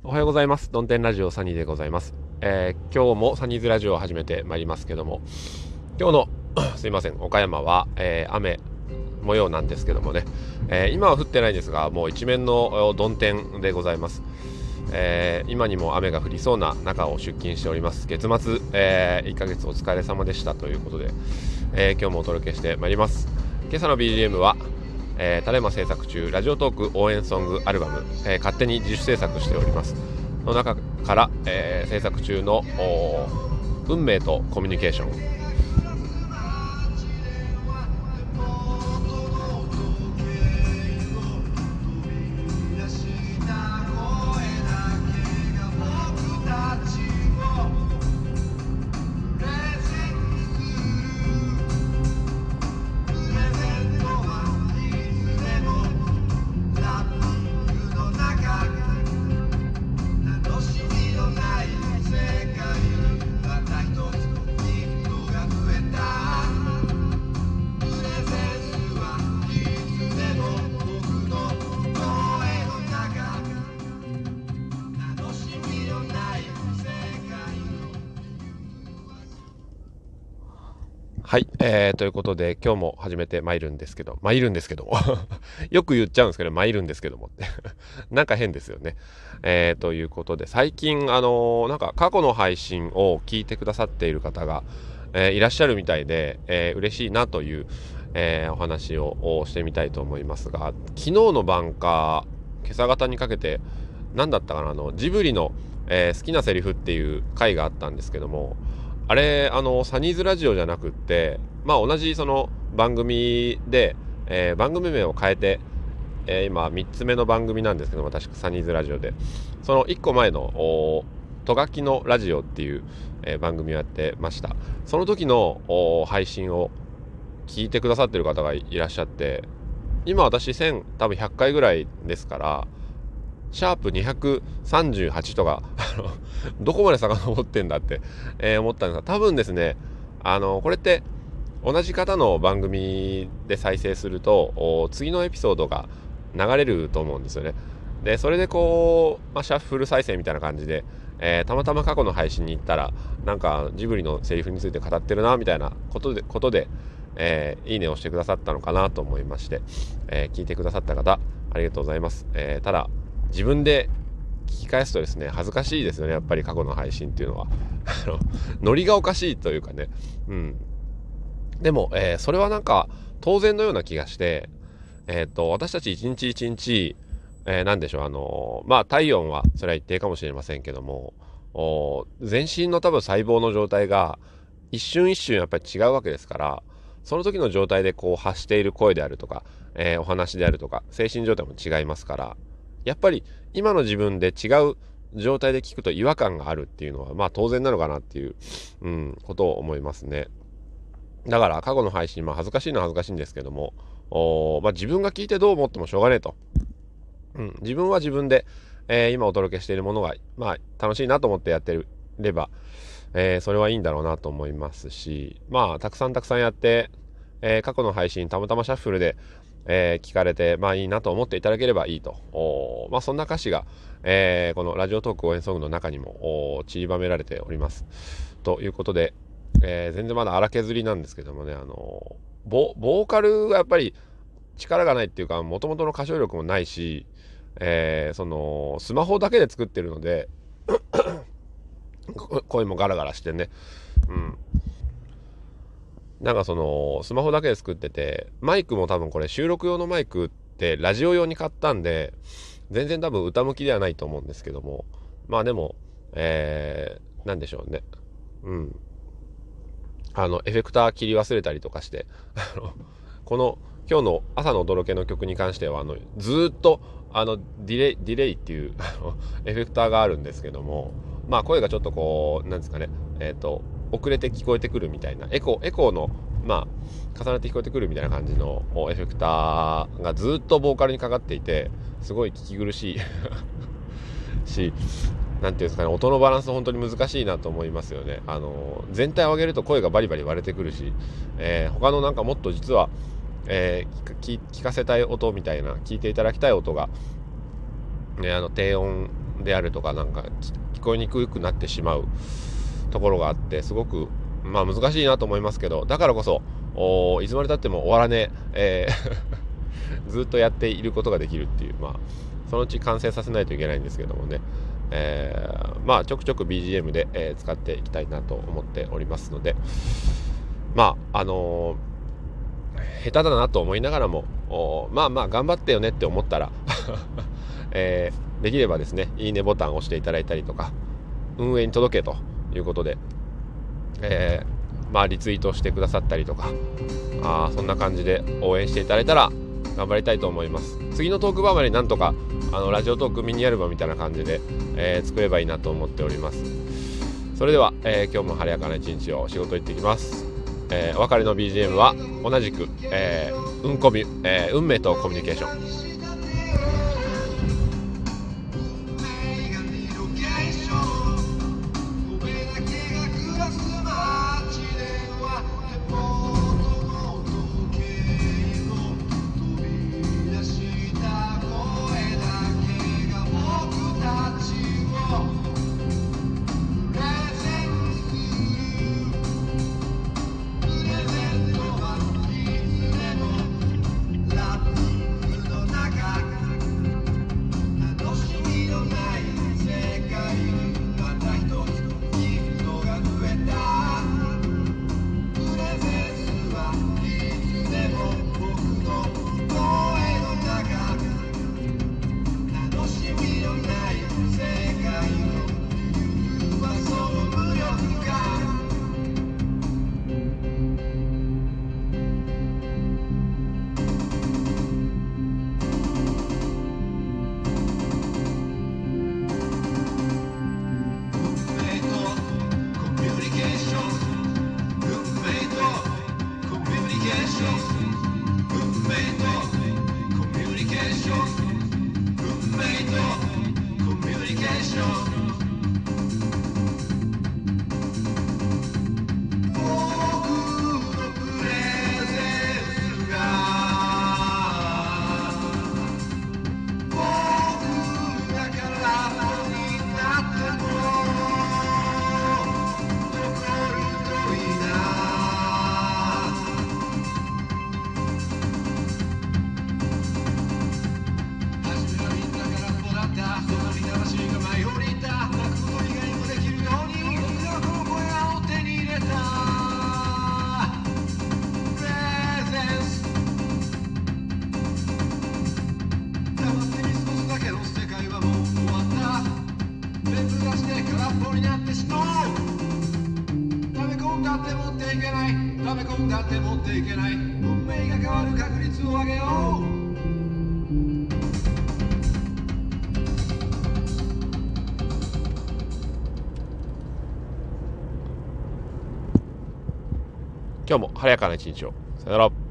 おはようございます。ドンテンラジオサニーでございます。今日もサニーズラジオを始めてまいりますけども、今日のすいません、岡山は、雨模様なんですけどもね、今は降ってないんですが、もう一面の曇天でございます。今にも雨が降りそうな中を出勤しております。月末、1ヶ月お疲れ様でしたということで、今日もお届けしてまいります。今朝の BGM はただいま制作中ラジオトーク応援ソングアルバム、勝手に自主制作しておりますの中から、制作中の運命とコミュニケーション。はい、ということで今日も始めて参るんですけどよく言っちゃうんですけど参るんですけどもってなんか変ですよね。ということで最近なんか過去の配信を聞いてくださっている方が、いらっしゃるみたいで、嬉しいなという、お話をしてみたいと思いますが、昨日の晩か今朝方にかけて何だったかな、ジブリの、好きなセリフっていう回があったんですけども、あれサニーズラジオじゃなくって、まあ同じその番組で、番組名を変えて、今3つ目の番組なんですけども、確かサニーズラジオでその1個前のトガキのラジオっていう、番組をやってました。その時の配信を聞いてくださってる方がいらっしゃって、今私1000多分100回ぐらいですから、シャープ238とかどこまで遡ってんだって、思ったんですが、多分ですね、これって同じ方の番組で再生すると次のエピソードが流れると思うんですよね。でそれでこう、シャッフル再生みたいな感じで、たまたま過去の配信に行ったらなんかジブリのセリフについて語ってるなみたいなことで、いいねをしてくださったのかなと思いまして、聞いてくださった方ありがとうございます。ただ自分で聞き返すとですね、恥ずかしいですよね、やっぱり過去の配信っていうのはノリがおかしいというかね。でも、それはなんか当然のような気がして、私たち一日一日、なんでしょう、体温はそれは一定かもしれませんけども、全身の多分細胞の状態が一瞬一瞬やっぱり違うわけですから、その時の状態でこう発している声であるとか、お話であるとか精神状態も違いますから、やっぱり今の自分で違う状態で聞くと違和感があるっていうのは当然なのかなっていう、ことを思いますね。だから過去の配信、恥ずかしいのは恥ずかしいんですけども、自分が聞いてどう思ってもしょうがねえと、自分は自分で、今お届けしているものが楽しいなと思ってやってれば、それはいいんだろうなと思いますし、たくさんやって、過去の配信たまたまシャッフルで、聞かれていいなと思っていただければいいと、そんな歌詞が、このラジオトーク応援ソングの中にも散りばめられておりますということで、全然まだ荒削りなんですけどもね、ボーカルがやっぱり力がないっていうか、元々の歌唱力もないし、そのスマホだけで作ってるので声もガラガラしてね、なんかそのスマホだけで作ってて、マイクも多分これ収録用のマイクってラジオ用に買ったんで、全然多分歌向きではないと思うんですけども、でも、なんでしょうね、エフェクター切り忘れたりとかしてこの今日の朝のお届けの曲に関してはずっとディレイっていうエフェクターがあるんですけども、声がちょっとこうなんですかね、遅れて聞こえてくるみたいなエコーの重なって聞こえてくるみたいな感じのエフェクターがずっとボーカルにかかっていて、すごい聞き苦しいし、なんていうんですかね、音のバランス本当に難しいなと思いますよね。全体を上げると声がバリバリ割れてくるし、他のなんかもっと実は、聞かせたい音みたいな、聞いていただきたい音が、ね、低音であるとか、なんか聞こえにくくなってしまうところがあって、すごく難しいなと思いますけど、だからこそいつまでたっても終わらねえずっとやっていることができるっていう、そのうち完成させないといけないんですけどもね、ちょくちょく BGM で、使っていきたいなと思っておりますので、下手だなと思いながらも頑張ってよねって思ったら、できればですね、いいねボタンを押していただいたりとか、運営に届けということで、リツイートしてくださったりとか、そんな感じで応援していただいたら頑張りたいと思います。次のトークバーまでなんとかラジオトークミニアルバムみたいな感じで、作ればいいなと思っております。それでは、今日も晴れやかな一日を仕事行ってきます。お別れの BGM は同じく、運命とコミュニケーション。 だって持っていけない運命が変わる確率を上げよう。 今日も晴れやかな一日を。さよなら。